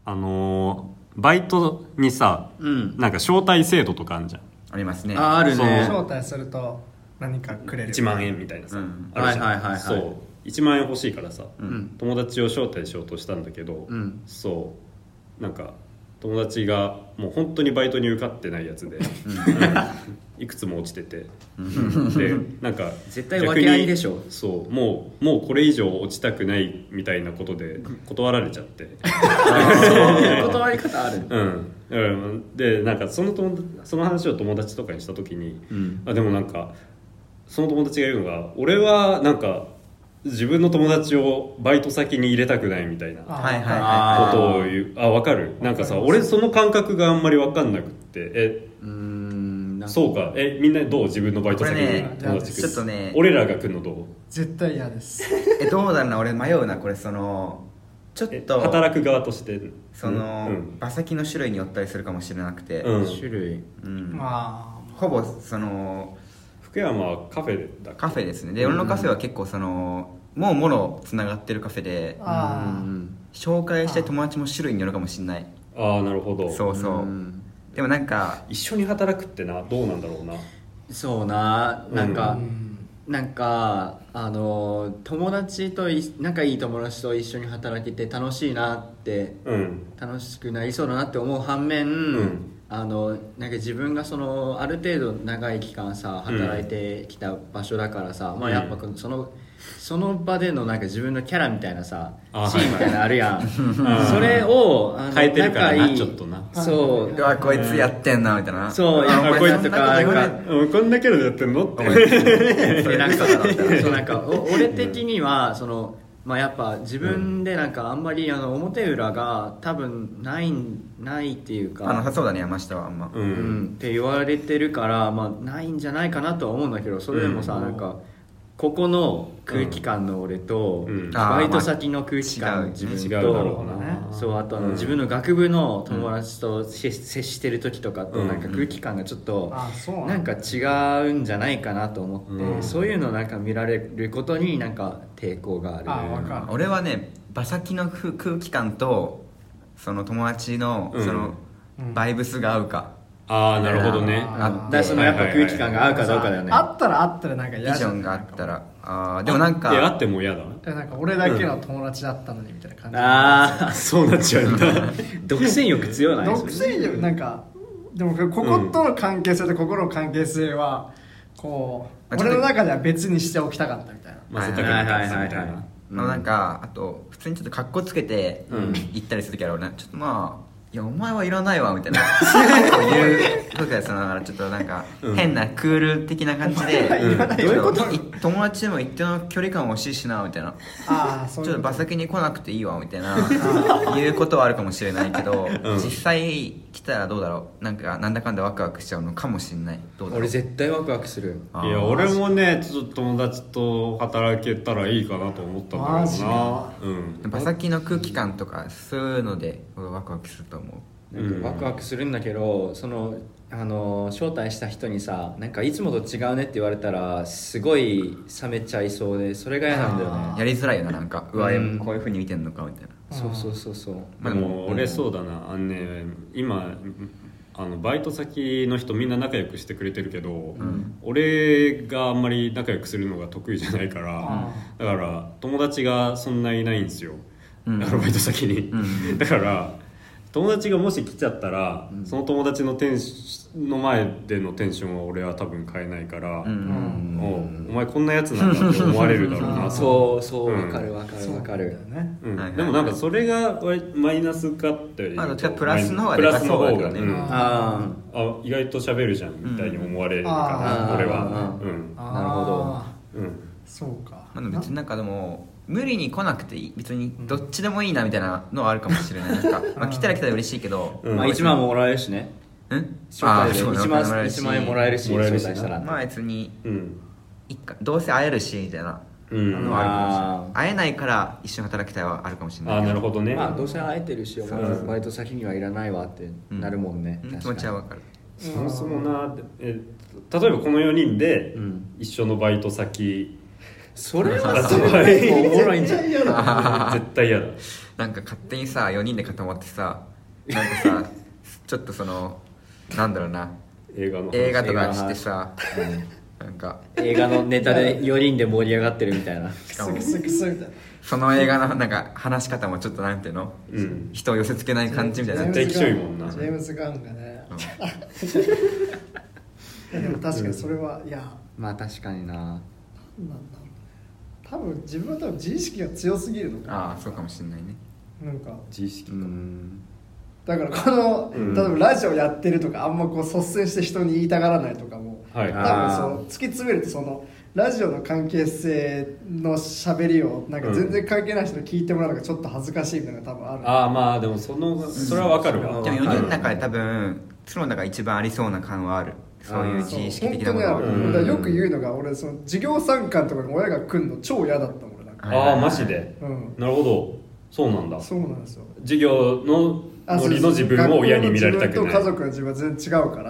バイトにさ、なんか招待制度とかあるじゃん。 ありますね。 あるね。 招待すると何かくれる。 1万円みたいなさ、あるじゃん。 はいはいはいはい。 そう1万円欲しいからさ、友達を招待しようとしたんだけど、そうなんか友達がもう本当にバイトに受かってないやつで、いくつも落ちてて、でなんか絶対訳ありでしょ。 そうもうこれ以上落ちたくないみたいなことで断られちゃってそういう断り方ある。 でなんかその話を友達とかにした時に、でもなんかその友達が言うのが、俺はなんか自分の友達をバイト先に入れたくないみたいなことを言う。分かる。なんかさ、俺その感覚があんまり分かんなくって、そうか、みんなどう？自分のバイト先に友達来る。 ちょっとね、 俺らが来るのどう？ 絶対嫌です。 どうだろうな、俺迷うな。これちょっと働く側として場先の種類によったりするかもしれなくて、 種類、 ほぼ福山はカフェだっけ？ カフェですね。で、俺のカフェは結構もろつながってるカフェで、紹介したい友達も種類によるかもしれない。 ああ、なるほど。 そうそう。でもなんか一緒に働くってどうなんだろうな。 そうな、なんか友達と仲いい友達と一緒に働けて楽しいなって、楽しくなりそうだなって思う反面、なんか自分がある程度長い期間さ働いてきた場所だからさ、やっぱその場でのなんか自分のキャラみたいなさ、シーンみたいなのあるやん。それを変えてるからな、ちょっとな。 そう。 こいつやってんなみたいな。 そう、こいつとかこんなキャラでやってんのって。 なんか俺的にはやっぱ自分でなんかあんまり表裏が多分ないっていうか、 そうだね、山下はあんまって言われてるから、ないんじゃないかなとは思うんだけど、それでもさ、なんかここの空気感の俺と、バイト先の空気感の自分と、そうあと自分の学部の友達と接してる時とかとなんか空気感がちょっとなんか違うんじゃないかなと思って、そういうのなんか見られることになんか抵抗がある。 俺はね、場先の空気感とその友達のバイブスが合うか。 なるほどね。 やっぱ空気感が合うかどうかだよね。 あったらなんか嫌ビジョンがあったら、でもなんかあっても嫌だ。 なんか俺だけの友達だったのにみたいな感じ。 そうなっちゃうんだ。 独占欲強ない？ 独占欲なんか、でもこことの関係性とここの関係性は俺の中では別にしておきたかったみたいな。 混ぜたくなかったみたいな。 なんかあと普通にちょっとカッコつけて行ったりする時あるね。ちょっといやお前はいらないわみたいなそういう時はちょっとなんか変なクール的な感じで、どういうこと友達でも一定の距離感欲しいしなみたいな、ちょっと場先に来なくていいわみたいないうことはあるかもしれないけど、実際来たらどうだろう、なんかなんだかんだワクワクしちゃうのかもしれない。どうだろう。 俺絶対ワクワクする。 いや俺もね、ちょっと友達と働けたらいいかなと思ったんだけどな。 場先の空気感とかそういうので俺ワクワクすると思う。 なんかワクワクするんだけど、招待した人にさ、なんかいつもと違うねって言われたらすごい冷めちゃいそうで、それが嫌なんだよね。 やりづらいよな、なんかこういう風に見てんのかみたいな。 そうでも俺そうだな、今バイト先の人みんな仲良くしてくれてるけど、俺があんまり仲良くするのが得意じゃないから、だから友達がそんないないんですよ、バイト先に、だから友達がもし来ちゃったら、その友達のの前でのテンションは俺は多分変えないから、お前こんなやつなんだって思われるだろうなそうわかるでもなんかそれがマイナスかっていうとプラスの方がね、意外と喋るじゃんみたいに思われるかな、俺は。 なるほど。 そうか。 別になんかでも無理に来なくていい、別にどっちでもいいなみたいなのはあるかもしれない。なんか来たら来たら嬉しいけど、 1万ももらえるしね。1万円もらえるし、招待したら別にどうせ会えるしみたいなのはあるかもしれない。会えないから一緒に働きたいはあるかもしれない。 なるほどね。 どうせ会えてるし、バイト先にはいらないわってなるもんね。 気持ちはわかる。 そもそもな、例えばこの4人で一緒のバイト先、 それはすごいおもろいんじゃん。 絶対嫌だ。 なんか勝手にさ4人で固まってさなんかさちょっとそのなんだろうな映画とかしてさ、なんか映画のネタで4人で盛り上がってるみたいなしかもクスクスみたいなその映画のなんか話し方もちょっとなんていうの、人を寄せつけない感じみたいな絶対きしょいもんなジェームズ・ガンがね、でも確かにそれは、いやまあ確かにななんだ多分自分は多分自意識が強すぎるのかああそうかもしれないねなんか自意識かだからこの、例えばラジオやってるとかあんまこう率先して人に言いたがらないとかも、多分その突き詰めるとそのラジオの関係性の喋りをなんか全然関係ない人に聞いてもらうのがちょっと恥ずかしいみたいなのが多分ある。 ああまあでもそれはわかるわ。 でも4人の中で多分角田が一番ありそうな感はある。そういう自意識的なものは。 本当にある。よく言うのが俺その授業参観とかに親が来るの超嫌だったもん俺なんか。 ああマジで。なるほど。そうなんだ。 そうなんですよ。 授業のノリの自分を親に見られたくない。 自分と家族の自分は全然違うから、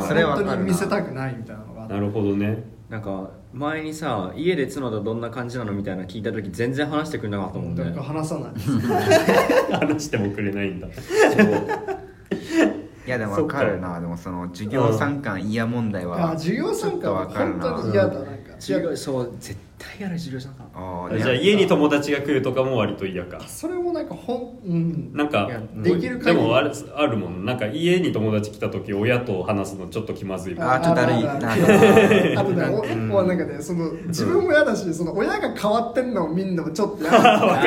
それは本当に見せたくないみたいなのがあって。 なるほどね。 なんか前にさ家で角田どんな感じなのみたいな聞いた時全然話してくれなかったもんね。 なんか話さない話してもくれないんだ。 いやでも分かるな。でもその授業参観嫌問題は授業参観は本当に嫌だ。なんかそう絶対嫌な授業参観。 じゃあ家に友達が来るとかも割と嫌か。 それもなんかなんかできる限りでもあるもん。なんか家に友達来た時親と話すのちょっと気まずい。 ちょっとだるいな。 あとねなんかねその自分も嫌だしその親が変わってんのを見るのもちょっと嫌だ。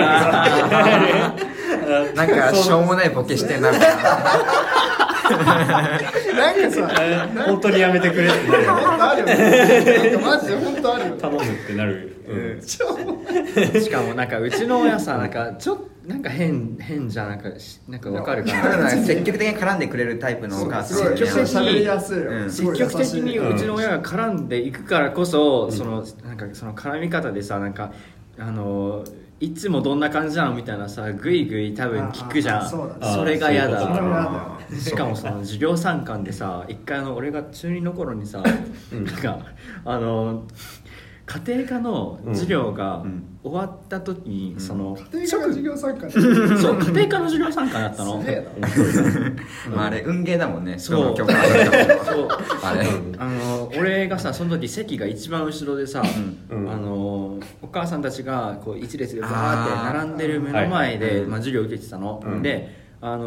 なんかしょうもないボケしてんなみたいな。 なんかさ本当にやめてくれって本当あるよね。なんかマジで本当あるよ。 頼むってなる。 しかもなんかうちの親さなんかちょっとなんか変じゃなんかわかるかな。 積極的に絡んでくれるタイプのお母さん。 積極的に喋りやすいよ。 積極的にうちの親が絡んでいくからこそそのなんかその絡み方でさなんかいつもどんな感じなのみたいなさグイグイ多分聞くじゃん。それが嫌だ。しかもその授業参観でさ一回俺が中2の頃にさなんか家庭科の授業が終わった時にその家庭科の授業参観そう家庭科の授業参観だったの。 あれ運ゲーだもんね。 そうそうあれ俺がさその時席が一番後ろでさお母さんたちがこう一列でバーって並んでる目の前で授業を受けてたの。で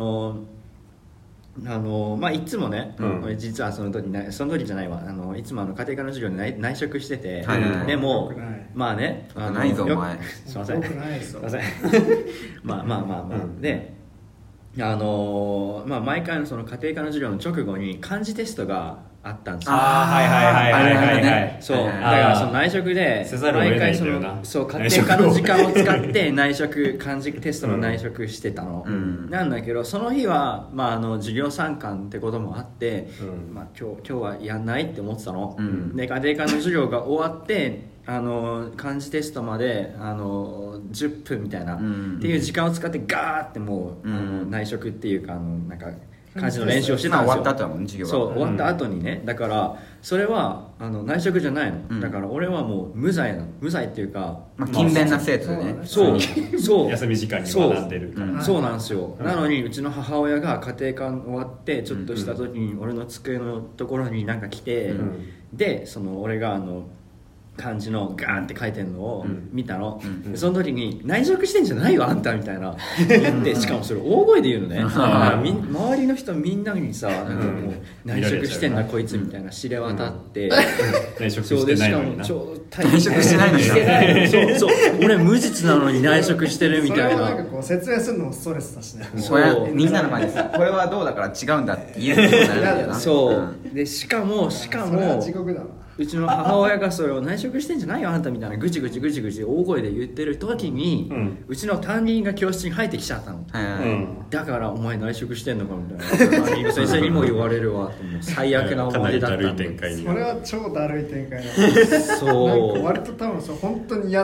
まあいつもね、俺実はその時じゃないわいつも家庭科の授業で内職してて、でもまあねないぞお前すいませんまあでまあ毎回のその家庭科の授業の直後に漢字テストがあったんですよ。はいそうだからその内職で毎回そのそう家庭科の時間を使って内職漢字テストの内職してたのなんだけどその日はまあ授業参観ってこともあってまあ今日はやんないって思ってたので家庭科の授業が終わって漢字テストまで10分みたいなっていう時間を使ってガーってもう内職っていうかなんか漢字の練習をしてたんですよ。 終わった後だもんね授業は。 そう終わった後にねだからそれは内職じゃないのだから俺はもう無罪っていうか勤勉な生徒でね。 そう休み時間に学んでるからそうなんですよ。なのにうちの母親が家庭科終わってちょっとした時に俺の机のところになんか来てでその俺が漢字のガーンって書いてるのを見たの、その時に内職してんじゃないわあんたみたいな言ってしかもそれ大声で言うのね周りの人みんなにさなんかもう内職してんだこいつみたいな知れ渡って内職してないのにな内職してないのにそう俺無実なのに内職してるみたいな。 それをなんかこう説明するのもストレスだしね。 みんなの前でさこれはどうだから違うんだって言うことになるんだよな。 そうでしかもそれは地獄だな。 うちの母親がそれを内職してんじゃないよあんたみたいなぐちぐち大声で言ってる時に、うちの担任が教室に入ってきちゃったの、だからお前内職してんのかみたいな担任の先生にも言われるわってもう最悪な思い出だったんでそれは超だるい展開だ。 そうなんか割と多分本当に嫌な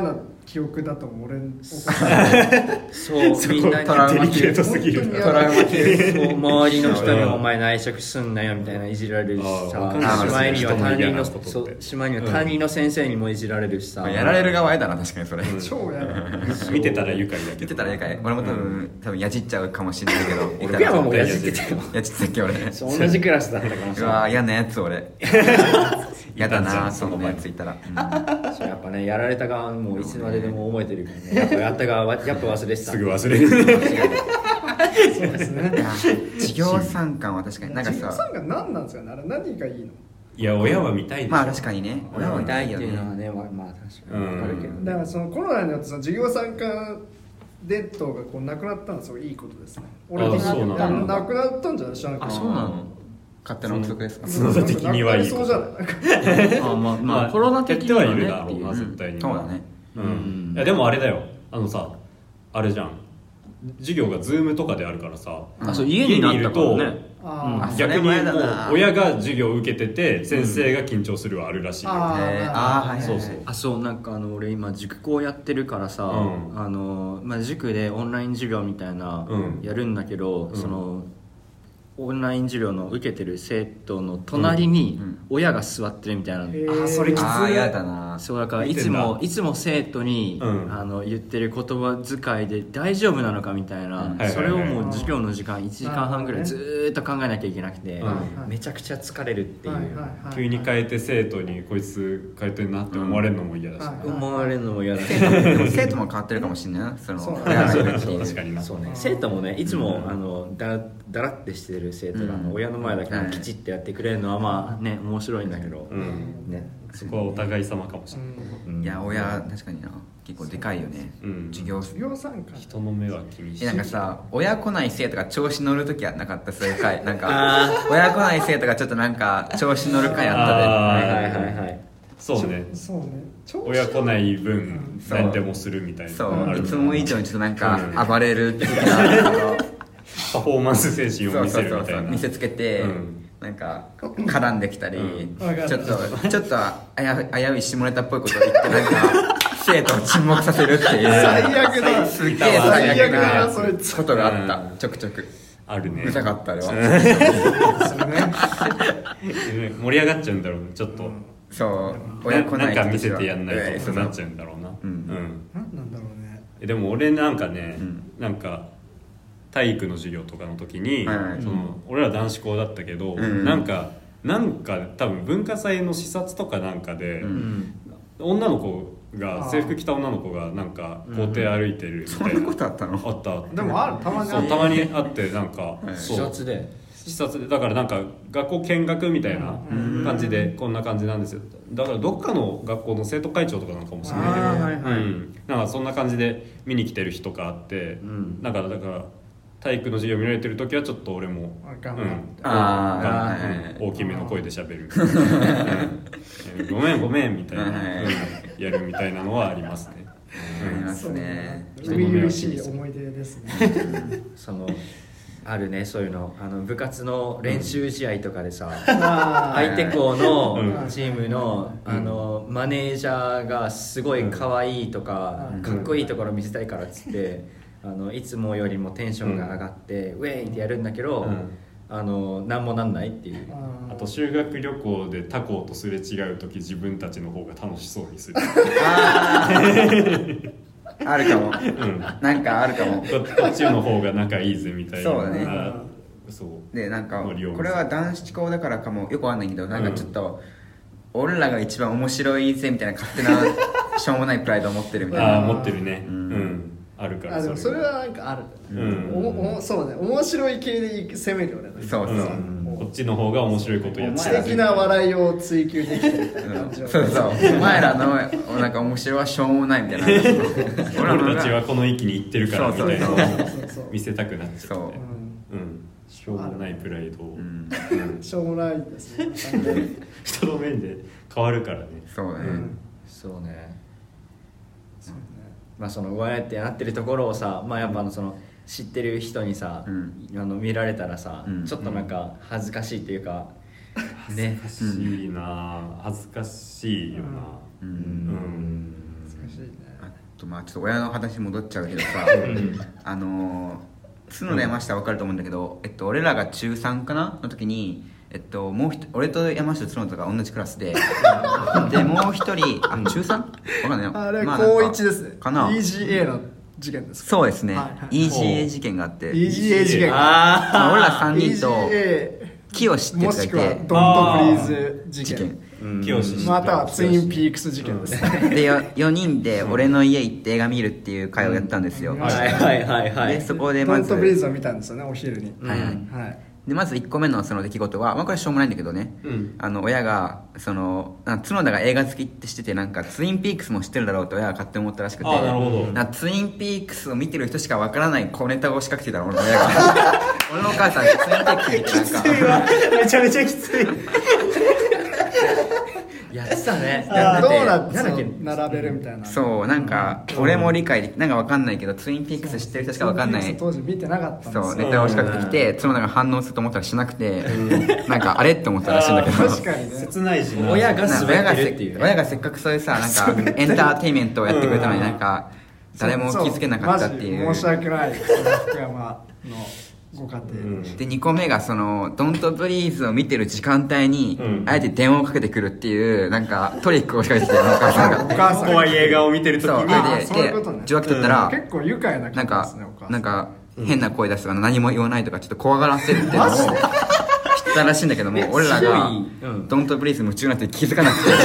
記憶だと思う俺そうみんなにトラウマ系とすぎるトラウマ系そう周りの人にお前内職すんなよみたいないじられるしさしまいには担任の先生にもいじられるしさやられる側やだな確かにそれ、 超やだ見てたら愉快だけど見てたら愉快俺も多分やじっちゃうかもしれないけど福山もやじってたよやじってたっけ俺同じクラスだったからうわ嫌なやつ俺嫌だなそのやついたら、 そうやっぱねやられた側もいつまででも覚えてるからねやっぱやった側やっぱ忘れてたすぐ忘れるそうですね授業参観は確かになんか授業さ参観何なんですかねあれ何がいいのいや親は見たいでしょまあ確かにね親は見たいよっていうのはねねまあ確かに分かるけどだからそのコロナによってその授業参観伝統がこうなくなったのはすごいいいことですね俺的そうになんだなくなったんじゃない知らなくてあそうなの勝手な憶測ですか角田的にはいいそうじゃないまあコロナ的にはねやってはいるだろうな絶対にそうだねいやでもあれだよさあれじゃん授業がズームとかであるからさそう家になったからね逆にもう親が授業を受けてて先生が緊張するはあるらしいよそうなんか俺今塾講やってるからさ塾でオンライン授業みたいなやるんだけどそのオンライン授業の受けてる生徒の隣に親が座ってるみたいな、 それきついやだなそうだからいつも生徒に、言ってる言葉遣いで大丈夫なのかみたいな、それをもう授業の時間1時間半ぐらいずーっと考えなきゃいけなくて、めちゃくちゃ疲れるっていう、 急に変えて生徒にこいつ変えてんなって思われるのも嫌だし、 思われるのも嫌だし生徒も変わってるかもしれないなその確かになそうね生徒もねいつもだらってしてる生徒が親の前だけきちっとやってくれるのはまあね面白いんだけど、ね、 そこはお互い様かもしれない、 いや親確かにな結構でかいよね、授業参観人の目は気にしてなんかさ親来ない生徒が調子乗るときはなかったそういう回なんか親来ない生徒がちょっとなんか調子乗る回あったでそうね親来ない分何でもするみたいなそういつも以上にちょっとなんか暴れる的なパフォーマンス精神を見せるみたいな見せつけて、なんか絡んできたり、ちょっと危うい下ネタっぽいことを言ってなんか生徒を沈黙させるっていう最悪だすっげえ最悪なことがあったちょくちょくあるねうざかったあれは盛り上がっちゃうんだろうねちょっとそう親来ないなんか見せてやんないとなっちゃうんだろうな何なんだろうねでも俺なんかねなんか体育の授業とかの時に俺ら男子校だったけどなんか多分文化祭の視察とかなんかで女の子が制服着た女の子がなんか校庭歩いてるみたいなそんなことあったのあったでもあるたまにあるたまにあってなんか視察でだからなんか学校見学みたいな感じでこんな感じなんですよだからどっかの学校の生徒会長とかなのかもしれないけどなんかそんな感じで見に来てる日とかあってなんかだから体育の授業見られてる時はちょっと俺も大きめの声で喋るごめんごめんみたいなやるみたいなのはありますねありますね初々しい思い出ですねあるねそういうの部活の練習試合とかでさ相手校のチームのマネージャーがすごい可愛いとかかっこいいところ見せたいからっつっていつもよりもテンションが上がってウェイってやるんだけど何もなんないっていうあと修学旅行で他校とすれ違う時自分たちの方が楽しそうにするあるかもなんかあるかもこっちの方が仲いいぜみたいなそうだねそうでなんかこれは男子校だからかもよくわかんないけどなんかちょっと俺らが一番面白いぜみたいな勝手なしょうもないプライドを持ってるみたいな持ってるねあるからでもそれはなんかあるそうね面白い系で攻めるよねそうこっちの方が面白いことやって知的な笑いを追求できてるみたいな感じそうお前らのなんか面白いはしょうもないみたいな俺たちはこの域に行ってるからみたいな見せたくなっちゃってしょうもないプライドをしょうもないですね人の面で変わるからねそうねまあその親ってなってるところをさやっぱその知ってる人にさ見られたらさちょっとなんか恥ずかしいっていうかね恥ずかしいな恥ずかしいよな難しいねまあちょっと親の話戻っちゃうけどさ角田山下分かると思うんだけど、俺らが中3かなの時にもう俺と山下と角田が同じクラスででもう一人中 3？ 分かんないよあれ高1ですねかな EGA の事件ですか。 そうですね、 はい、 EGA 事件があって EGA 事件まあ、俺ら3人と EGA 清ってやつがいてもしくはドントフリーズ事件またはツインピークス事件ですで 4人で俺の家行って映画見るっていう会をやったんですよ、でそこでまずドントフリーズを見たんですよね、お昼に。 はいはい、でまず1個目のその出来事は、まあ、これはしょうもないんだけどね、親が角田が映画好きってしてて、なんかツインピークスも知ってるだろうって親が勝手に思ったらしくて、ツインピークスを見てる人しかわからない小ネタを仕掛けてたの俺の親が俺のお母さんツインピークス見てなんかきついわめちゃめちゃきついやってたね。 どうなって並べるみたいな。 そうなんか俺も理解できなんかわかんないけど、ツインピークス知ってる人しかわかんない当時見てなかったんですよ。 そうネタを仕掛けてきて、角田が反応すると思ったらしなくて、なんかあれって思ったらしいんだけど、 確かにね、 切ないしな。 親が滑ってるっていう、 親がせっかくそういうさなんかエンターテインメントをやってくれたのに、なんか誰も気づけなかったっていう。 申し訳ない福山のご家庭で2個目がそのドントブリーズを見てる時間帯にあえて電話をかけてくるっていうなんかトリックを仕掛けてきて、お母さんがお母さん怖い映画を見てる時にそういうことね、 受話器取ったら結構愉快ななん感じですね、お母さん。 なんか変な声出すとか何も言わないとかちょっと怖がらせるっていうのを知ったらしいんだけども、俺らがドントブリーズ夢中になって気づかなくて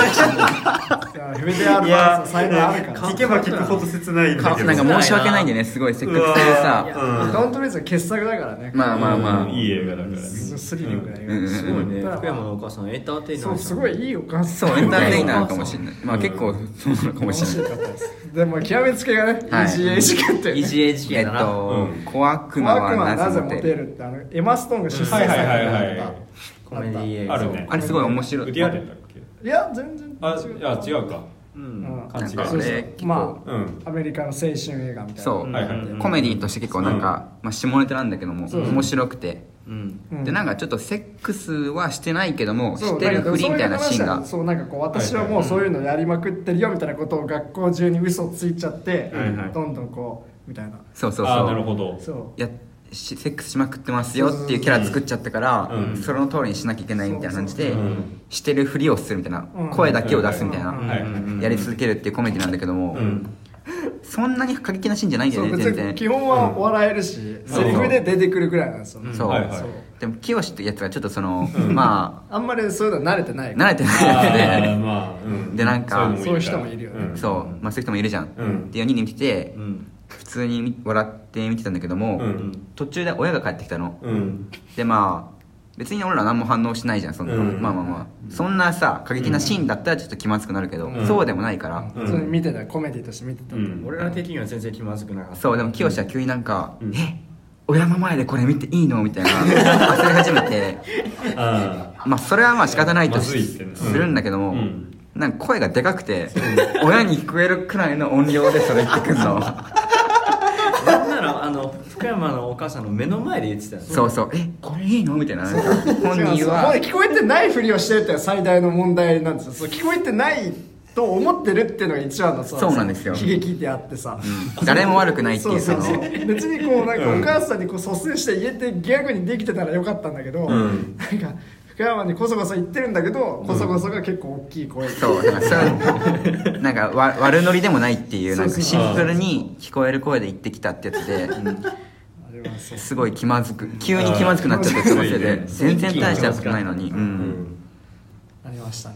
FDR は才能あるから聞けば聞くほど切ないんだけど、 なんか申し訳ないんでね、すごいせっかくそういうさドントブリーズは傑作だからね。 まあまあまあいい映画だからね。 スリリングな映画ですすごいね。福山のお母さんエンターテイナー、 そうすごいいいお母さん、 そうエンターテイナーかもしれない。まあ結構そうなのかもしれない。 でも極めつけがね、EGA 事件っていうね、 EGA 事件だな。 小悪魔はなぜモテるってエマ・ストーンが出世作になったコメディ映画あるね。 あれすごい面白い。 ウディアレンだっけ？ いや全然いや違うか。勘違い。 あれ結構まあアメリカの青春映画みたいな。 そうコメディとして結構なんかまあ下ネタなんだけども面白くて、でなんかちょっとセックスはしてないけどもしてるふりみたいなシーンが、 そうなんかこう私はもうそういうのやりまくってるよみたいなことを学校中に嘘ついちゃってどんどんこうみたいな、 そうなるほど、 そうセックスしまくってますよっていうキャラ作っちゃったから、その通りにしなきゃいけないみたいな感じでしてるふりをするみたいな、声だけを出すみたいなやり続けるっていうコメディなんだけども、そんなに過激なシーンじゃないんだよね全然。 基本は笑えるし、セリフで出てくるぐらいなんですよ。 そうでも清ってやつがちょっとそのまああんまりそういうの慣れてない慣れてないでなんかそういう人もいるよね。 そうまあそういう人もいるじゃんで4人で見てて普通に笑って見てたんだけども、途中で親が帰ってきたの、でまあ別に俺ら何も反応しないじゃんそんなの、まあまあまあそんなさ過激なシーンだったらちょっと気まずくなるけど、そうでもないから、 それ見てたコメディとして見てた、 俺ら的には全然気まずくなかった。 そうでも清は急になんか親の前でこれ見ていいのみたいな焦り始めてまあそれはまあ仕方ないとするんだけども、なんか声がでかくて親に聞こえるくらいの音量でそれ言ってくんのなんなら福山のお母さんの目の前で言ってたよね。 そうこれいいのみたいな、なんか本人は聞こえてないふりをしてるっていうのが最大の問題なんですよ。そう聞こえてないと思ってるっていうのが一番のそうなんですよ悲劇であってさ、 誰も悪くないっていうそう別にこうなんかお母さんにこう率先して言えてギャグにできてたらよかったんだけど、なんか福山にこそこそ言ってるんだけど、こそこそが結構大きい声で、 そうなんか悪ノリでもないっていう、なんかシンプルに聞こえる声で言ってきたってやつで、すごい急に気まずくなっちゃってそのせいで全然大したことないのに、 ありましたね。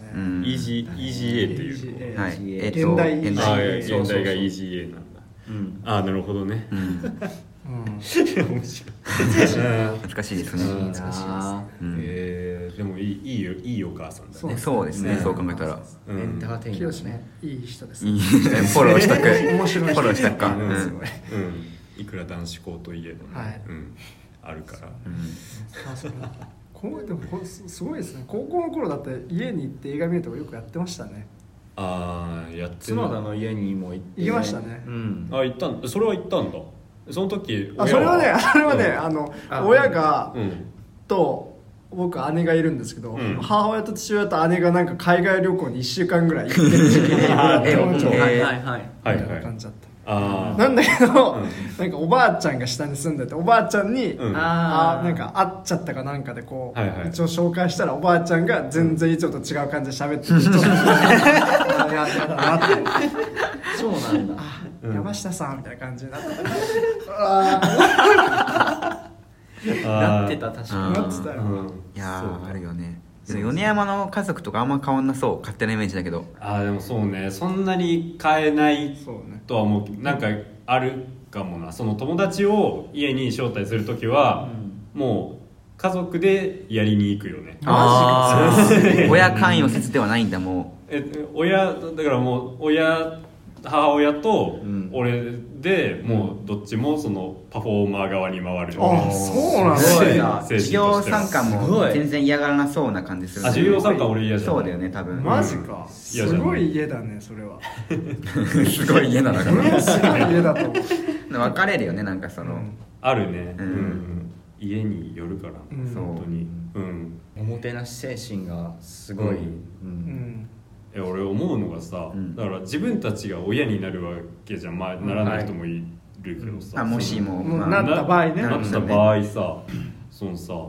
EGA っていうはい現代現代が EGA なんだ。ああなるほどね。 難しいですね。 でもいいお母さんだね。 そうですね、そう考えたらエンターテイナーね、いい人です。 フォローしたく面白いフォローしたくか、 いくら男子校といえどあるから。 でもすごいですね。高校の頃だって家に行って映画見るとかよくやってましたね。 ああやってる。 角田の家にも行って行きましたね。 あ行ったんそれは行ったんだ。その時それはね親がと僕姉がいるんですけど、母親と父親と姉がなんか海外旅行に1週間ぐらい行ってる時期にみたいな感じだった。 なんだけど、なんかおばあちゃんが下に住んでて、おばあちゃんに、なんか会っちゃったかなんかでこう、一応紹介したらおばあちゃんが全然いつもと違う感じで喋ってて、ちょっとやだなって、 そうなんだ、 山下さんみたいな感じになってなってた、確かになってたよ。 いやあるよね。米山の家族とかあんま変わんなそう、勝手なイメージだけど。 でもそうね、そんなに変えないとは思う。なんかあるかもな。その友達を家に招待するときは、もう家族でやりに行くよね。 親関与説ではないんだ。もう親だからもう母親と俺でもうどっちもそのパフォーマー側に回る。 そうなんだ。授業参観も全然嫌がらなそうな感じする。 授業参観俺嫌じゃん。 そうだよね、多分。 マジか。すごい家だね、それは。 すごい家なのかな。 それはすごい家だと思う。 分かれるよね、なんかその。 あるね。家によるから本当に。 おもてなし精神がすごい。 俺思うのがさ、だから自分たちが親になるわけじゃならない人もいるけどさ、 もしもなった場合ね、 なった場合さ、そのさ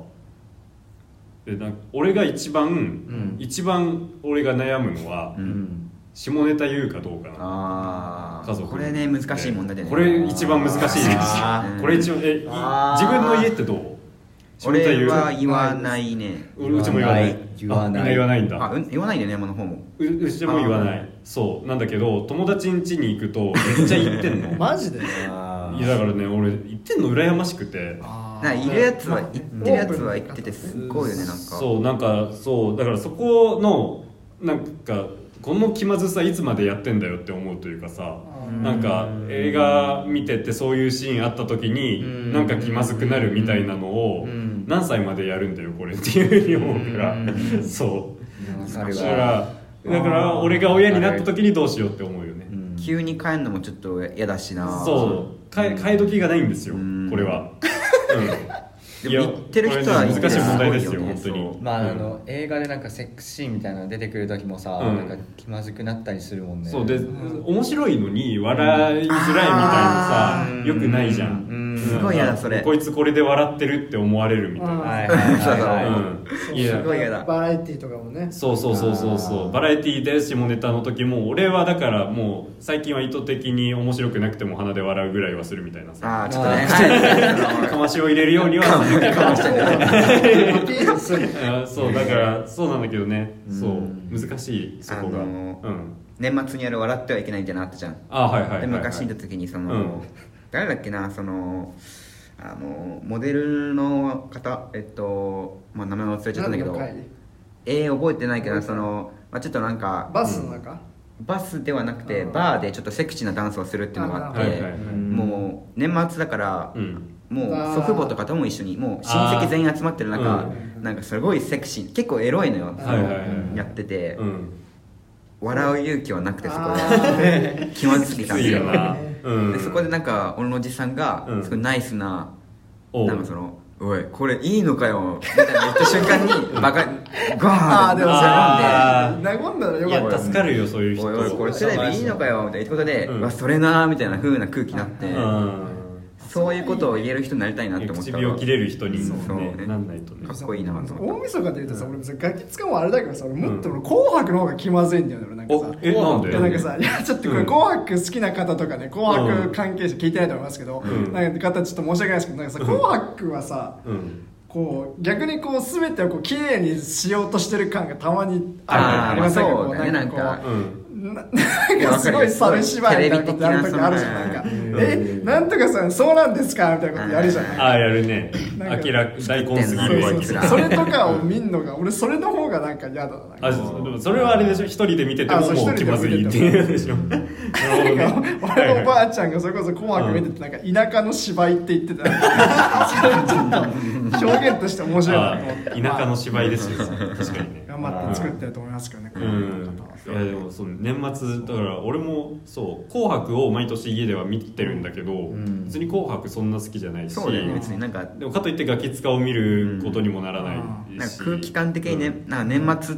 俺が一番俺が悩むのは、下ネタ言うかどうかな。家族これね、難しい問題でね。 これ一番難しいです。これ一番自分の家ってどう？ 俺は言わないね。 うちも言わない。言わないんだ。 言わないでね、山の方も。 うちも言わない。そうなんだけど、友達ん家に行くとめっちゃ言ってんの。 マジで？いやだからね、俺言ってんの羨ましくて。 いるやつは言ってるやつは言っててすごいよね、なんか。 そうだからそこのなんかこの気まずさいつまでやってんだよって思うというかさ、なんか映画見ててそういうシーンあった時になんか気まずくなるみたいなのを何歳までやるんだよこれっていうふうに思うから、そうだから俺が親になった時にどうしようって思うよね。 急に帰るのもちょっと嫌だしな。 そう帰時がないんですよこれは。 でも言ってる人は難しい問題ですよ本当に。 映画でなんかセックスシーンみたいなの出てくる時もさ、なんか気まずくなったりするもんね。 そうで、面白いのに笑いづらいみたいなさ、よくないじゃん。 すごい嫌だそれ。 こいつこれで笑ってるって思われるみたいな。 すごい嫌だ。 バラエティーとかもね。 そうバラエティーで下ネタの時も俺はだからもう最近は意図的に面白くなくても鼻で笑うぐらいはするみたいなさ。 ちょっとね。 かましを入れるようにはかもしれない。そうだからそうなんだけどね。そう難しいそこが。 年末に笑ってはいけないみたいなのあったじゃん。で昔見た時にその誰だっけな、そのモデルの方名前忘れちゃったんだけど、覚えてないけど、そのちょっとなんかバスの中、 バスではなくてバーでちょっとセクシーなダンスをするっていうのがあって、もう年末だからもう祖父母とかとも一緒にもう親戚全員集まってる中、なんかすごいセクシー、結構エロいのよ、やってて、笑う勇気はなくて、そこで気まずすぎたんですよ。でそこでなんか俺のおじさんがすごいナイスな、なんかそのおいこれいいのかよみたいな言った瞬間にバカガーンって和んだらよかった。 助かるよそういう人。 おいこれテレビいいのかよみたいなことで、それなーみたいな風な空気になって、そういうことを言える人になりたいなって思った。 唇を切れる人になんないとね。 かっこいいなと思って。大晦日で言うとさ、俺別にガキ使もあれだけどさ、もっと紅白の方が気まずいんだよね。なんかさ、 なんで？ なんかさ、いやちょっとこれ紅白好きな方とかね、紅白関係者聞いてないと思いますけど、なんか方ちょっと申し訳ないですけど、なんかさ、紅白はさ、こう逆にこう全てをこう綺麗にしようとしてる感がたまにありませんか？こうなんかすごい猿芝居みたいなことやるときあるじゃん。なんかなんとかさんそうなんですかみたいなことやるじゃない。 やるね。明らか大根すぎるわけだ。 それとかを見んのが俺それの方がなんか嫌だな。 でもそれはあれでしょ、一人で見ててももう気まずいっていうでしょ。 俺のおばあちゃんがそれこそ紅白見ててなんか田舎の芝居って言ってた。それちょっと表現として面白いなと思って。 田舎の芝居ですよ。確かにね。 頑張って作ってると思いますけどね。 いやでもそう年末だから俺もそう紅白を毎年家では見てるんだけど、別に紅白そんな好きじゃないし、 そうだよね、別になんかでもかといってガキ使を見ることにもならないし、 なんか空気感的にね、なんか年末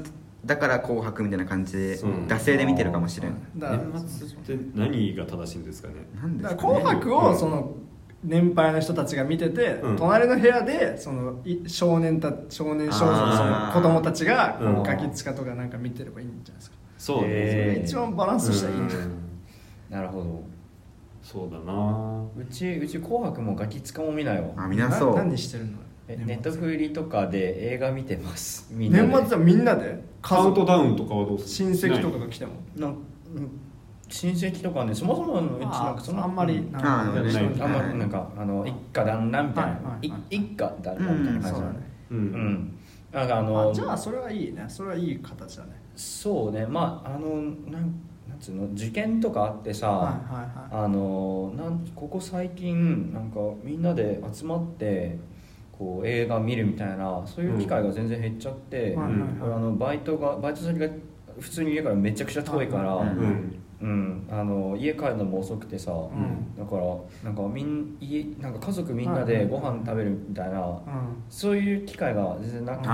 だから紅白みたいな感じで惰性で見てるかもしれん。 年末って何が正しいんですかね。 なんですかね。紅白をその年配の人たちが見てて、隣の部屋でその少年少女その子供たちがガキ使とかなんか見てればいいんじゃないですか。 そうね。 一番バランスしたらいいんじゃない。 なるほど。 そうだな。 うち紅白もガキ使も見ないよ。 あ、みんなそう。 何してるの。 ネットフリとかで映画見てます。 年末はみんなでカウントダウンとかはどうする。親戚とかが来ても親戚とかね、そもそものうちなんかそのあんまりなんか一家団らんみたいな、一家団らんみたいな感じだね。なんかじゃあそれはいいね。それはいい形だね。 そうね。まあなんつうの、受験とかあってさ、ここ最近なんかみんなで集まってこう映画見るみたいな、そういう機会が全然減っちゃって、バイト先が普通に家からめちゃくちゃ遠いから、家帰るのも遅くてさ、だからなんかなんか家族みんなでご飯食べるみたいな、そういう機会が全然ないから、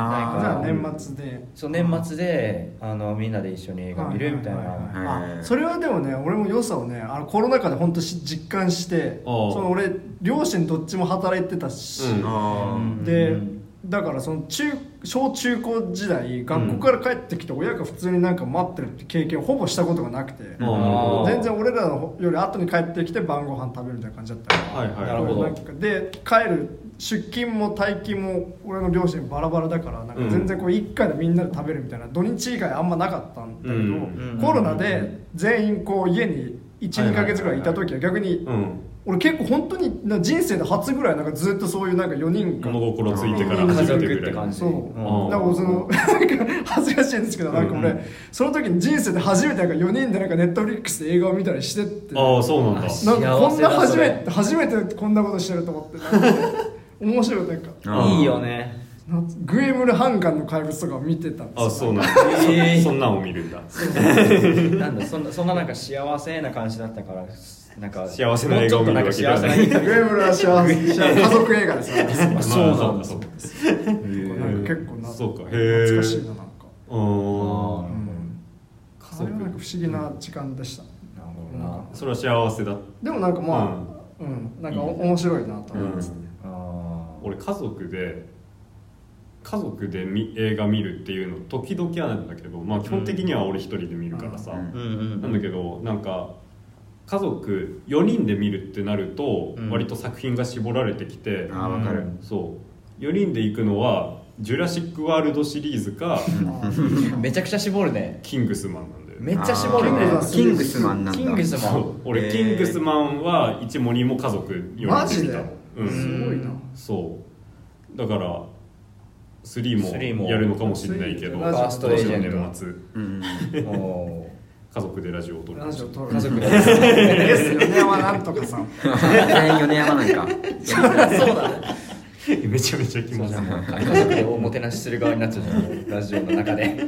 年末で年末でみんなで一緒に映画見るみたいな。 それはでもね、俺も良さをね、コロナ禍で本当実感して、その俺両親どっちも働いてたし、でだからその小中高時代学校から帰ってきて親が普通になんか待ってるって経験をほぼしたことがなくて、全然俺らのより後に帰ってきて晩ご飯食べるみたいな感じだったから、 なるほど。 で帰る出勤も退勤も俺の両親バラバラだから、なんか全然こう一家でみんなで食べるみたいな土日以外あんまなかったんだけど、コロナで全員こう家に 1,2 ヶ月ぐらいいた時は逆に俺結構本当に人生で初ぐらいなんかずっとそういうなんか4人物心ついてから家族って感じ。 そうだからその恥ずかしいんですけど、なんか俺その時に人生で初めてなんか4人でなんかネットフリックスで映画を見たりしてって、 ああそうなんだ。 なんかこんな初めてこんなことしてると思って、なんか面白い。なんかいいよね。 グエムル・ハンガンの怪物とかを見てたんですよ。 あ、そうなんだ。そんなんを見るんだ。 なんだ、そんななんか幸せな感じだったから、なんか幸せな映画を見るわけじゃない。 グエムルは幸せ家族映画ですよね。 そうなんだ。そうなんか結構そうか。 懐かしいな、なんか。 それはなんか不思議な時間でした。 なるほどな。 それは幸せだ。 でもなんかまあなんか面白いなと思いますね。 俺家族で映画見るっていうの時々あるんだけど、まあ基本的には俺一人で見るからさ、なんだけどなんか家族4人で見るってなると割と作品が絞られてきて、 分かる。 そう4人で行くのはジュラシック・ワールドシリーズかめちゃくちゃ絞るね。 キングスマンなんだよ。 めっちゃ絞るね。 キングスマンなんだ。 キングスマン。 俺キングスマンは1も2も家族4人で見たの。 すごいな。 そうだから3もやるのかもしれないけど、 ファーストレジェンド年末家族でラジオを撮る。 家族で米山なんとかさん。 全員米山なんか。 そうだね。 めちゃめちゃ気まずい。 家族でおもてなしする側になっちゃうじゃん、ラジオの中で。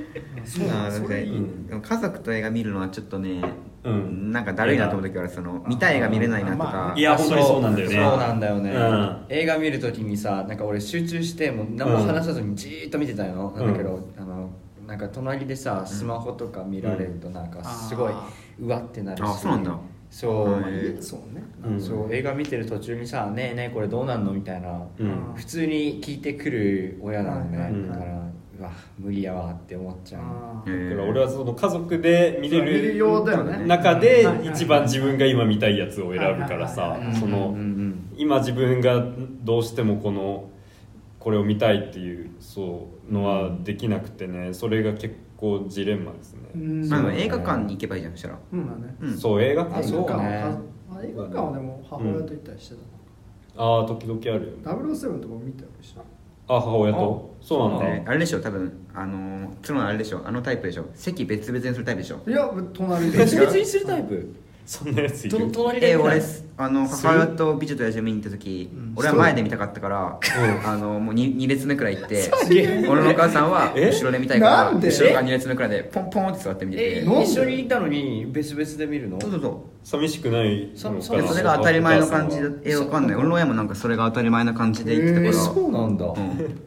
家族と映画見るのはちょっとね、なんかだるいなと思う時は見たい映画見れないなとか。 いや本当にそうなんだよね。 そうなんだよね。映画見るときにさ、なんか俺集中してもう何も話さずにじーっと見てたよ。なんだけどなんか隣でさスマホとか見られるとなんかすごいうわってなるし。 あ、そうなんだ。 そう映画見てる途中にさ、ねえねえこれどうなんのみたいな、普通に聞いてくる親なのね。だからうわ無理やわって思っちゃう。 だから俺はその家族で見れる中で一番自分が今見たいやつを選ぶからさ、その今自分がどうしてもこれを見たいっていうのはできなくてね、それが結構ジレンマですね。 映画館に行けばいいじゃん、そしたら。 そう映画館。 そうね。映画館はでも母親と行ったりしてた。 ああ時々あるよね。 007とか見たりした。 あ、母親と。そうなんだ。 あれでしょ、多分角のあれでしょ、タイプでしょ。席別々にするタイプでしょ。 いや隣で別々にするタイプ。 そんなやついる。 隣で俺母親と美女と野獣見に行った時、俺は前で見たかったからもう 2列目くらい行って、俺のお母さんは後ろで見たいから後ろから2列目くらいでポンポンって座って見てて。 一緒にいたのに別々で見るの？ そう寂しくないのかな。 それが当たり前の感じで。わかんない。俺の親もなんかそれが当たり前な感じで言ってたから。 そうなんだ。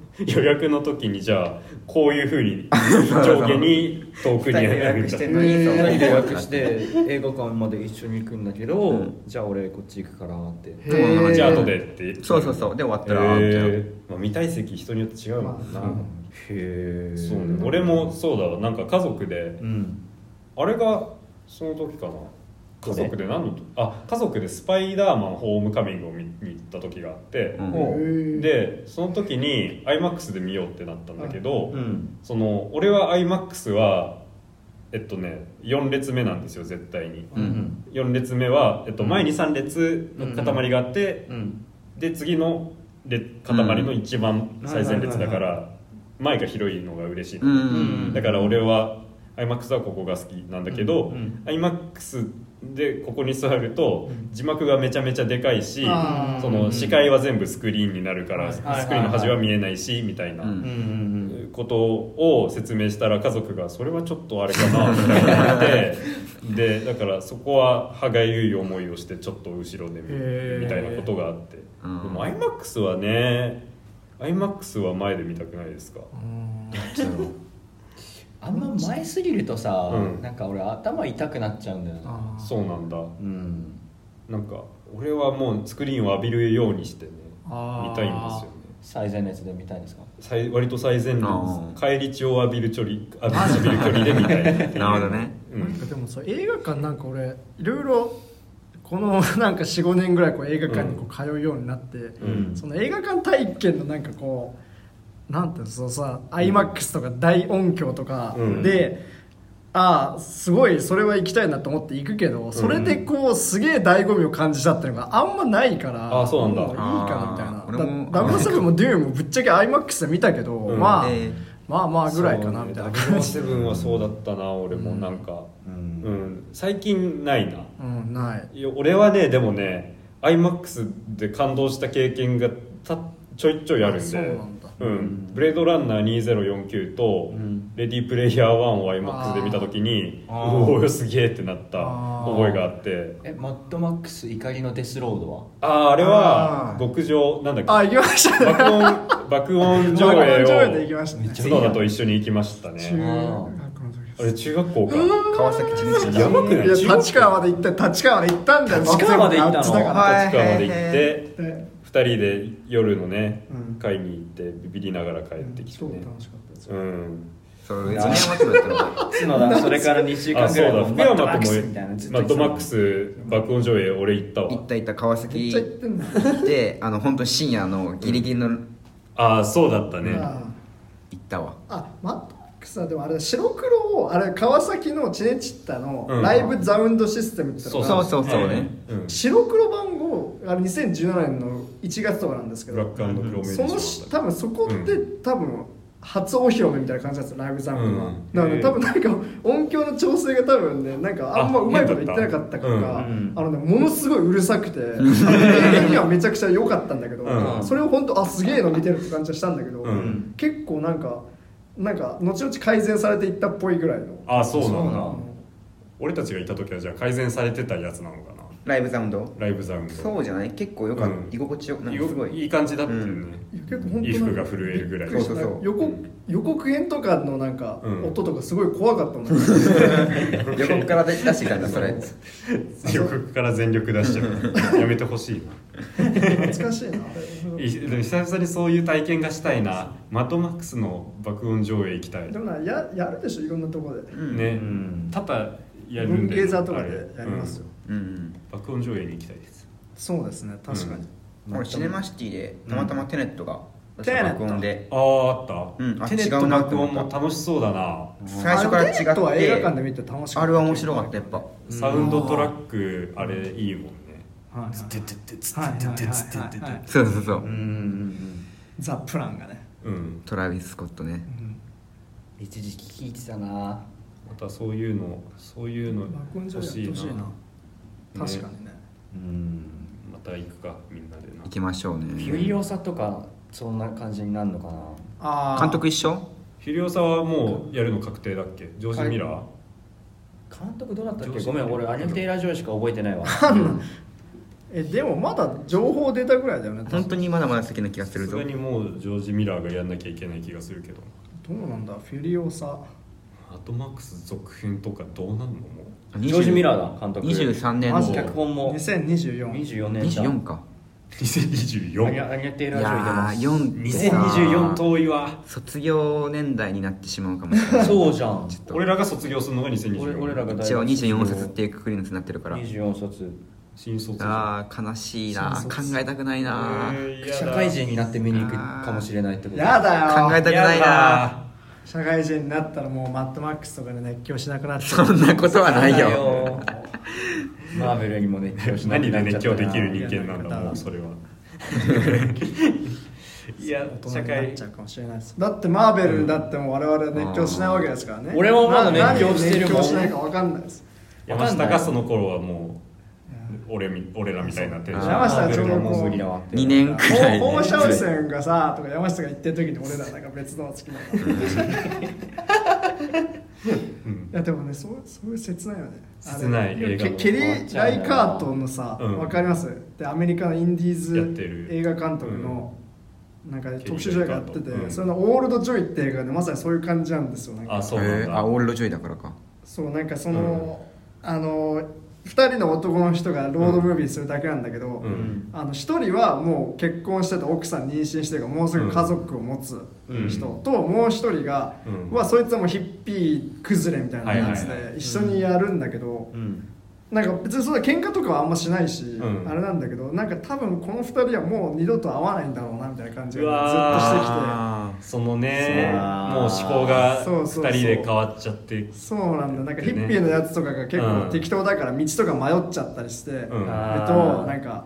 予約の時にじゃあこういうふうに上下に遠くに 2人予約してんのに2人で予約して映画館まで一緒に行くんだけど、じゃあ俺こっち行くからってじゃあ後でってそうで終わったらまあ、見たい席人によって違うもんな、 へえ。 そうね、俺もそうだわ。なんか家族で、あれがその時かな、家族で家族でスパイダーマンホームカミングを見に行った時があって、でその時に IMAX で見ようってなったんだけど、その俺は IMAX は4列目なんですよ絶対に、4列目は、前に3列の塊があって、で次の塊の一番最前列だから前が広いのが嬉しい、だから俺は IMAX はここが好きなんだけど、IMAX でここに座ると字幕がめちゃめちゃでかいし、その視界は全部スクリーンになるからスクリーンの端は見えないしみたいなことを説明したら家族がそれはちょっとあれかなみたいなってでだからそこは歯がゆい思いをしてちょっと後ろで見るみたいなことがあって、でも IMAX はね IMAX は前で見たくないですか？ あんま前すぎるとさ、なんか俺頭痛くなっちゃうんだよな。 そうなんだ、なんか俺はもうスクリーンを浴びるようにしてね見たいんですよね。 最前列で見たいんですか？ 割と最前列、返り血を浴びる距離で見たいなるほどね、 なんかでもさ映画館なんか俺いろいろこのなんか 4,5 年ぐらいこう映画館にこう通うようになって、その映画館体験のなんかこうなんていうのそのさ IMAX とか大音響とかで、すごいそれは行きたいなと思って行くけど、それでこうすげえ醍醐味を感じたっていうのがあんまないから、 そうなんだ、 もういいかなみたいな。007もデューもぶっちゃけ IMAX で見たけど、まあぐらいかなみたいな感じ。 007はそうだったな俺もなんか、最近ないな、 ない。 俺はねでもね IMAX で感動した経験がちょいちょいあるんで、ブレードランナー2049と、レディープレイヤー1を IMAX で見た時におおすげえってなった覚えがあって、 マッドマックス怒りのデスロードはあれは極上なんだっけ、 行きましたね、 爆音上映を角田と一緒に行きましたね。あれ中学校か川崎地図やばくない？ 立川まで行ったんだよ。 立川まで行ったの？ 立川まで行って2人で夜のね会に行ってビビりながら帰ってきてね、 楽しかったですよ。 それから2週間ぐらい福山ともマッドマックス爆音上映俺行ったわ。 行った川崎行って本当深夜のギリギリのそうだったね、 行ったわ。 マッドマックスはでもあれ白黒を川崎のチネチッタのライブサウンドシステムってのがそうね、 白黒版を2017年の1月とかなんですけど、 ブラック&クローメイジ多分そこで多分初お披露目みたいな感じなんですよライブサウンドは。だから多分なんか音響の調整が多分ねなんかあんまうまいこと言ってなかったからものすごいうるさくて映画はめちゃくちゃ良かったんだけど、それを本当すげえの見てるって感じはしたんだけど、結構なんか後々改善されていったっぽいぐらいの。 そうなんだ。俺たちがいた時はじゃあ改善されてたやつなのかな。 ライブサウンドそうじゃない？結構よかった、居心地よくすごいいい感じだったよね。結構衣服が震えるぐらい。 予告編とかのなんか音とかすごい怖かったもんね。 予告から出してたんだそれ。 予告から全力出しちゃう。やめてほしいな。懐かしいな。 久々にそういう体験がしたいな。マッドマックスの爆音上映行きたい。 でもやるでしょいろんなところで。 ね。多々やるんで。 ゲーザーとかでやりますよ。 爆音上映に行きたいです。 そうですね確かに。 俺シネマシティでたまたまテネットが爆音であった。テネット爆音も楽しそうだな。 最初から違ってテネットは映画館で見て楽しかった。 あれは面白かったやっぱ。 サウンドトラックあれいいもんね。つってつってつってつって。 そうザ・プランがね。 トラビス・スコットね。 一時期聞いてたな。 またそういうの欲しいな。 確かにね。 また行くかみんなでな。 行きましょうね。 フュリオサとかそんな感じになるのかな。 監督一緒？ フュリオサはもうやるの確定だっけ？ジョージ・ミラー？ 監督どうだったっけ？ごめん俺アニメテイラー・ジョイしか覚えてないわ。 でもまだ情報出たぐらいだよね。 本当にまだまだ先な気がするぞ。 さすがにもうジョージ・ミラーがやんなきゃいけない気がするけど。 どうなんだフュリオサ。 アトマックス続編とかどうなんのもジョージ・ミラーだ監督。 23年の脚本も 2024 年じゃん。 24か。 2024。 アニャテーラいやー4ってさ 2024遠いわ。 卒業年代になってしまうかもしれない。 そうじゃん。 俺らが卒業するのが2024。 俺らが一応24卒っていうくくりになってるから。 24卒。 新卒。 ああ悲しいな。考えたくないな。 社会人になって見に行くかもしれないってこと。 やだよ。 考えたくないな。 社会人になったらもうマッドマックスとかで熱狂しなくなって。 そんなことはないよ。 マーベルにも熱狂しなく何なっちゃった。 で熱狂できる人間なんだもうそれは。いや社会なっちゃうかもしれないです。だってマーベルだっても我々は熱狂しないわけですからね。 俺もまだ熱狂してるもん。 熱狂しないか分かんないです。 山下がその頃はもう俺らみたいなテンション。 山下はちょうどもう無理だわって 2年くらいホーシャウセンがさとか山下が言ってる時に俺らなんか別のが好きなの。いやでもねそういう切ないよね。 切ない映画。 ケリー・ライカートのさ分かります？でアメリカのインディーズ映画監督のなんか特集上映がやってて、それのオールド・ジョイって映画でまさにそういう感じなんですよ。なんかあそうなんだ。 オールド・ジョイだからか。 そうなんかその2人の男の人がロードムービーするだけなんだけど、1人はもう結婚してて奥さん妊娠してるからもうすぐ家族を持つ人と、もう1人が、そいつはもうヒッピー崩れみたいなやつで一緒にやるんだけど、なんか別にそんな喧嘩とかはあんましないし、あれなんだけどなんか多分この2人はもう二度と会わないんだろうなみたいな感じがずっとしてきて、 そのねもう思考が2人で変わっちゃって。 そうなんだ。なんかヒッピーのやつとかが結構適当だから道とか迷っちゃったりして、なんか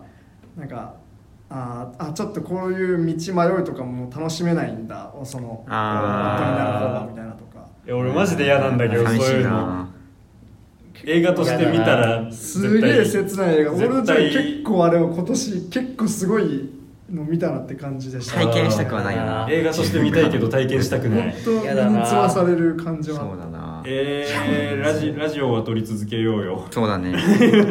ちょっとこういう道迷うとかも楽しめないんだその夫になる方がみたいなとか。 いや俺マジで嫌なんだけどそういうの。映画として見たらすげえ切ない映画。俺じゃ結構あれを今年結構すごいの見たなって感じでした。 体験したくはないよな。 映画として見たいけど体験したくない。 本当に身につまされる感じは。 そうだな。 ラジオは撮り続けようよ。 そうだね。 ズ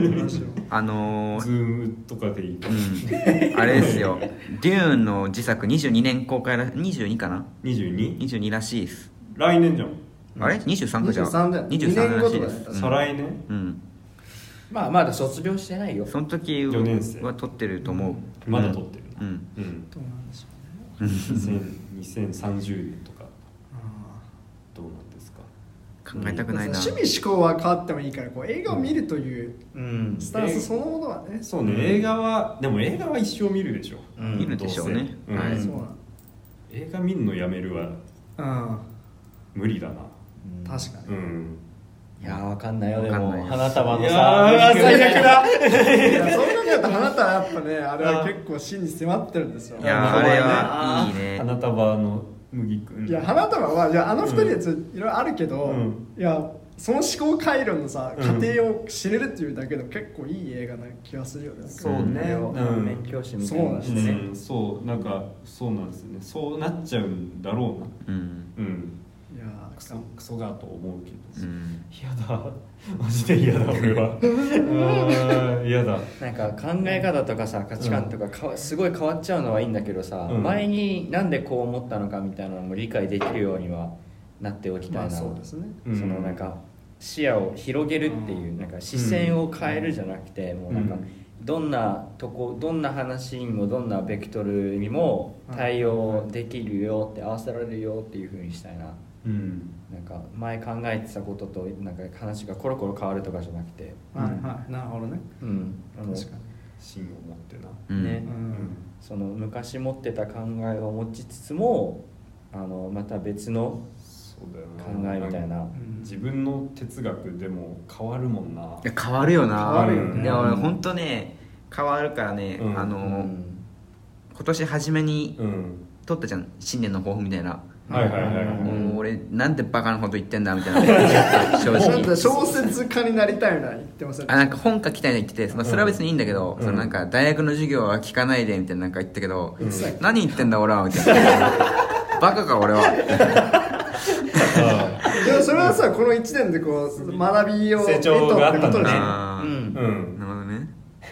ームとかでいいかも。 あれですよ。デューンの自作22年公開ら22かな。22らしいです。 来年じゃん。 あれ23かじゃん。 23らしいです。 再来年。 まあまだ卒業してないよ。 その時は撮ってると思う。 まだ撮ってる。 どうなんでしょうね。 2030年とかどうなんですか。 考えたくないな。 趣味思考は変わってもいいから映画を見るというスタンスそのものはね。 そうね。映画はでも映画は一生見るでしょ。 見るでしょうね。 映画見るのやめるは無理だな。 確かに。 いやわかんないよ。でも花束のさ、 いや最悪だ。 そういうのだと花束やっぱねあれは結構真に迫ってるんですよ。 いやあれはいいね。 花束の麦君。 いや花束はいやあの二人やついろいろあるけど、いやその思考回路のさ過程を知れるっていうだけでも結構いい映画な気がするよね。 そうね。 勉強してみたいですね。 そうなんかそうなんですね。そうなっちゃうんだろうな。いやクソがと思うけど、嫌だマジで嫌だ俺は。嫌だ。 なんか考え方とかさ価値観とかすごい変わっちゃうのはいいんだけどさ、前になんでこう思ったのかみたいなのも理解できるようにはなっておきたいな。 そうですね。 そのなんか視野を広げるっていうなんか視線を変えるじゃなくて、もうなんかどんな話にもどんなベクトルにも対応できるよって合わせられるよっていう風にしたいな。なんか前考えてたこととなんか話がコロコロ変わるとかじゃなくて、 なるほどね。 確かに芯を持ってな、 ね、その昔持ってた考えを持ちつつもまた別の考えみたいな。 自分の哲学でも変わるもんな。 いや変わるよな。 変わるよね。 いや俺本当ね変わるからね、今年初めに撮ったじゃん新年の抱負みたいな。もう俺なんてバカなこと言ってんだみたいな。正直小説家になりたいな言ってません。 なんか本書きたいな言ってて、それは別にいいんだけど、そのなんか大学の授業は聞かないでみたいななんか言ったけど、何言ってんだ俺はみたいな。バカか俺は。 でもそれはさこの1年でこう学びを成長があったんだね。 なるほどね。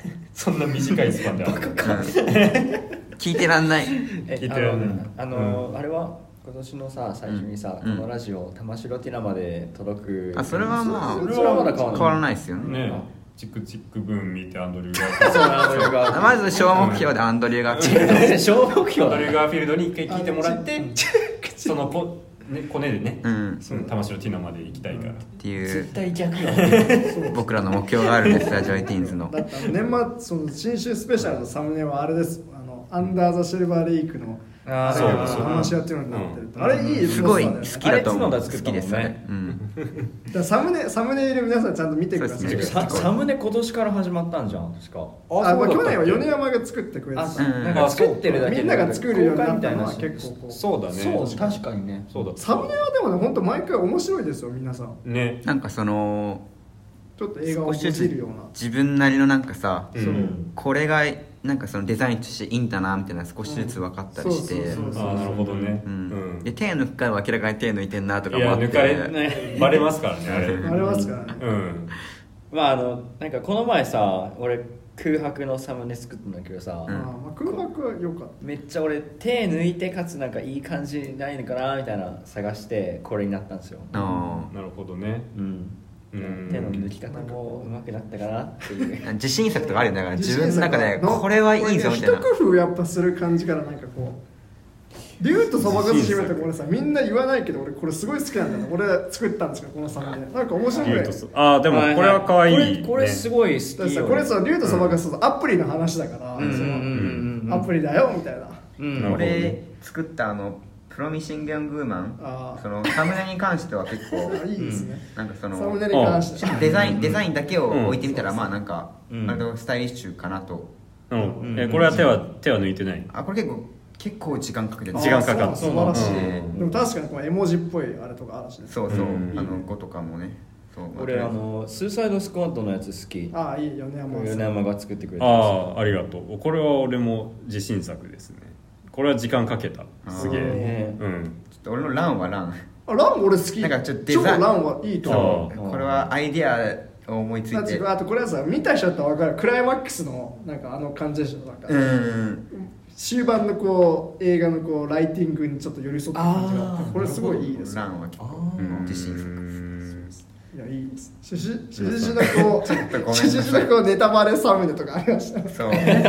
そんな短いスパンで聞いてらんない聞いてらんないあれは今年のさ最初にさ、このラジオ玉城ティナまで届く。 それはまあそれはまだ変わらないですよね。 チクチクブーン見てアンドリューがまず小目標でアンドリューが小目標アンドリューガーフィールドに一回聞いてもらってそのコネでね、その玉城ティナまで行きたいからっていう絶対逆よ僕らの目標があるんですラジオティーンズの。 だって年末その新春スペシャルのサムネはあれです。アンダーザシルバーレイクの話やってるようになってる。あれいいですすごい好きだと思う。好きですね。 サムネ入れ皆さんちゃんと見てください。 サムネ今年から始まったんじゃん確か。 去年は米山が作ってくれてた。 なんか作ってるだけでみんなが作るようになったのは結構そうだね。 そう確かにね。 そうだ。 サムネはでもね本当毎回面白いですよ皆さん。 ね。 なんかそのちょっと映画をもじるような自分なりのなんかさ、これがなんかそのデザインとしていいんだなみたいな少しずつ分かったりして、 なるほどね。 で手抜く回は明らかに手抜いてんなとかもあって、 抜かれバレますからねあれ。 バレますからね。 まあなんかこの前さ俺空白のサムネ作ったんだけどさ、 空白は良かった。 めっちゃ俺手抜いてかつなんかいい感じないのかなみたいな探してこれになったんですよ。 なるほどね。 手の抜き方も上手くなったかなっていう自信作とかあるよね。だから自分の中でこれはいいぞみたいな一工夫やっぱする感じからなんかこう竜とそばかす姫とか俺さみんな言わないけど俺これすごい好きなんだよ。俺作ったんですけどこのサムネなんか面白い。 でもこれは可愛い。 これすごい好きよ。 これさ竜とそばかすアプリの話だからアプリだよみたいな。 俺作ったプロミシング・ヤング・ウーマンそのサムネに関しては結構いいですね。 なんかそのサムネに関してデザインだけを置いてみたらまあなんかスタイリッシュかなと。 これは手は抜いてない。 これ結構時間かけて時間かかって素晴らしい。でも確かにこう絵文字っぽいあれとかあるしね。 そう5とかもね。 俺スーサイドスクワットのやつ好き。 いい米山が作ってくれた。 ありがとう。これは俺も自信作ですね。これは時間かけた。すげえ。 ちょっと俺のランラン俺好き。 なんかちょっとデザインランはいいと思う。これはアイディアを思いついて。 あとこれはさ見た人だったら分かる。クライマックスのなんか感じでしょ。なんか終盤のこう映画のこうライティングにちょっと寄り添った感じがあってこれすごいいいです。 ランは結構自信作。 いやいいです。主旨のこうネタバレサムネとかありました。 そう。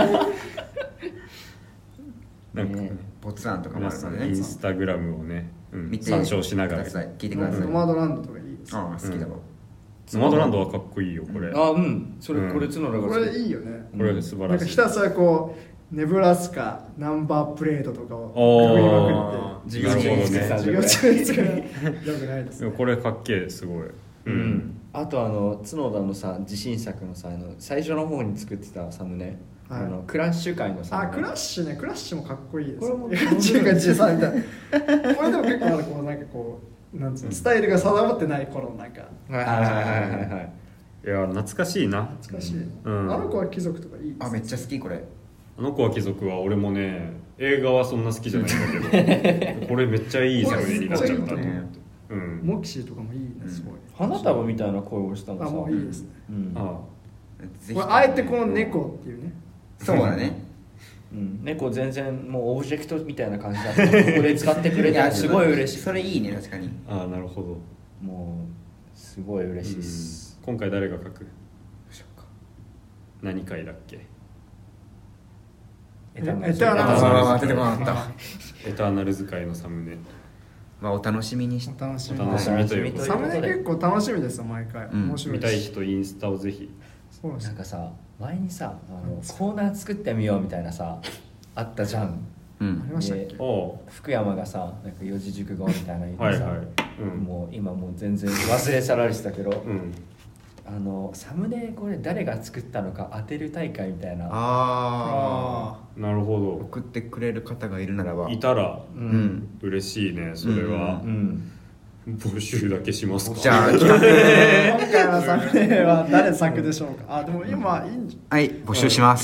なんかボツ案とかもあるのでインスタグラムをね参照しながら聞いてください。 ノマドランドとかいいです。 好きだわ。 ノマドランドはかっこいいよこれ。 それこれ角田がこれいいよね。 これ素晴らしい。 なんかひたすらこうネブラスカナンバープレートとかを組みまくって授業中ですからよくないです。 これかっけえすごい。 あと角田のさ自信作のさ最初の方に作ってたサムネ。クラッシュ界のさクラッシュもかっこいいです。これも中華中さみたいな。これでも結構こうなんかこうなんつうのスタイルが定まってない頃なんか。 いや懐かしいな。 懐かしい。あの子は貴族とかいいです。 めっちゃ好きこれ。 あの子は貴族は俺もね映画はそんな好きじゃないんだけどこれめっちゃいいサムネになっちゃったと思って。 モキシーとかもいいねすごい。 花束みたいな声をしたのさ。 もういいですね。 あえてこの猫っていうね。 そうだね。 猫全然もうオブジェクトみたいな感じだった。これ使ってくれてすごい嬉しい。 それいいね確かに。 なるほど。 もうすごい嬉しいです。 今回誰が書く？何回だっけ？ エターナルズ会のサムネ。 お楽しみにして。 お楽しみということで。 サムネ結構楽しみですよ毎回。面白い。 見たい人インスタをぜひ。 なんかさ前にさコーナー作ってみようみたいなさあったじゃん。 ありましたっけ。 福山がさなんか四字熟語みたいなの言ってさ、もう今もう全然忘れ去られてたけど、サムネこれ誰が作ったのか当てる大会みたいな。 なるほど。 送ってくれる方がいるならばいたら嬉しいねそれは。募集だけしますか。 じゃあ今回のサムネは誰作でしょうか。でも今いいんじゃ。 はい募集します。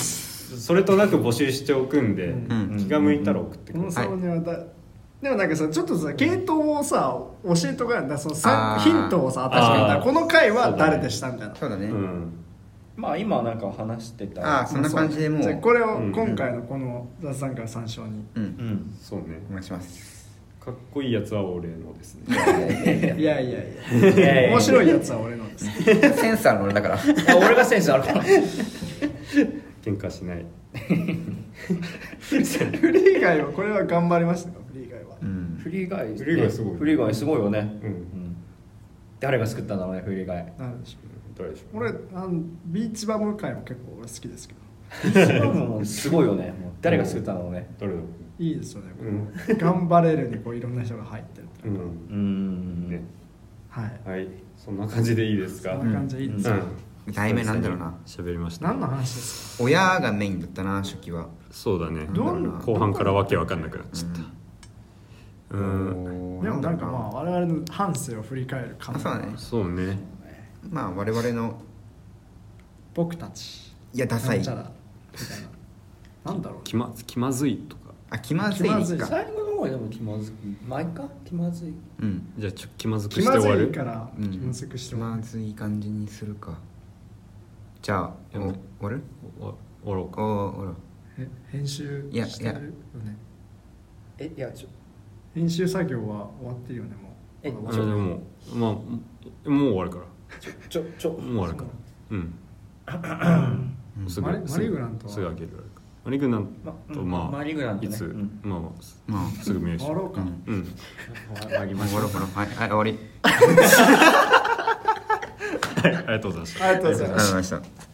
それとなく募集しておくんで気が向いたら送ってください。 このサムネはでもなんかさちょっとさ系統をさ教えとかやんだ。そのヒントをさ確かにこの回は誰でしたみたいな。 そうだね。 まあ今なんか話してたそんな感じでもうじゃあこれを今回のこの雑談会参照にそうねお願いします。 かっこいいやつは俺のですねいや面白いやつは俺のですセンスあるの俺だから俺がセンスあるから喧嘩しないフリー以外はこれは頑張りましたか？フリー以外はフリー以外フリー以外すごいフリー以外すごいよねうん誰が作ったんだろうねフリー以外なんでしょう誰でしょう俺ビーチバム会も結構俺好きですけどもうすごいよねもう誰が作ったんだろうね誰だろういいですよね、頑張れるにこういろんな人が入ってるっていうか、 ねはいそんな感じでいいですか？ そんな感じでいいですか？ 題名なんだろうな。 喋りました。 何の話ですか？ 親がメインだったな初期は。 そうだね。 どんな後半からわけわかんなくなっちゃった。 でもなんかまあ我々の半生を振り返る感じ。 そうね。 まあ我々の僕たち。 いやダサい。 みたいな。なんだろう。 気まずいとか。 気まずいか。 最後の方でも気まずい。毎回気まずい。 じゃあ気まずくして終わる。 気まずいから気まずくして終わる。 気まずい感じにするか。じゃあ終わる？ 終わろうか。 終わろう。 編集してるよね。 いや編集作業は終わってるよねもう。 でもまあもう終わるから。もう終わるから。すぐマリグラントはすぐ開ける。マリグラントマリグラントいつまあすぐ見るし。 終わろうか。 終わりましょう。 はい終わり。 はいありがとうございました。 ありがとうございました。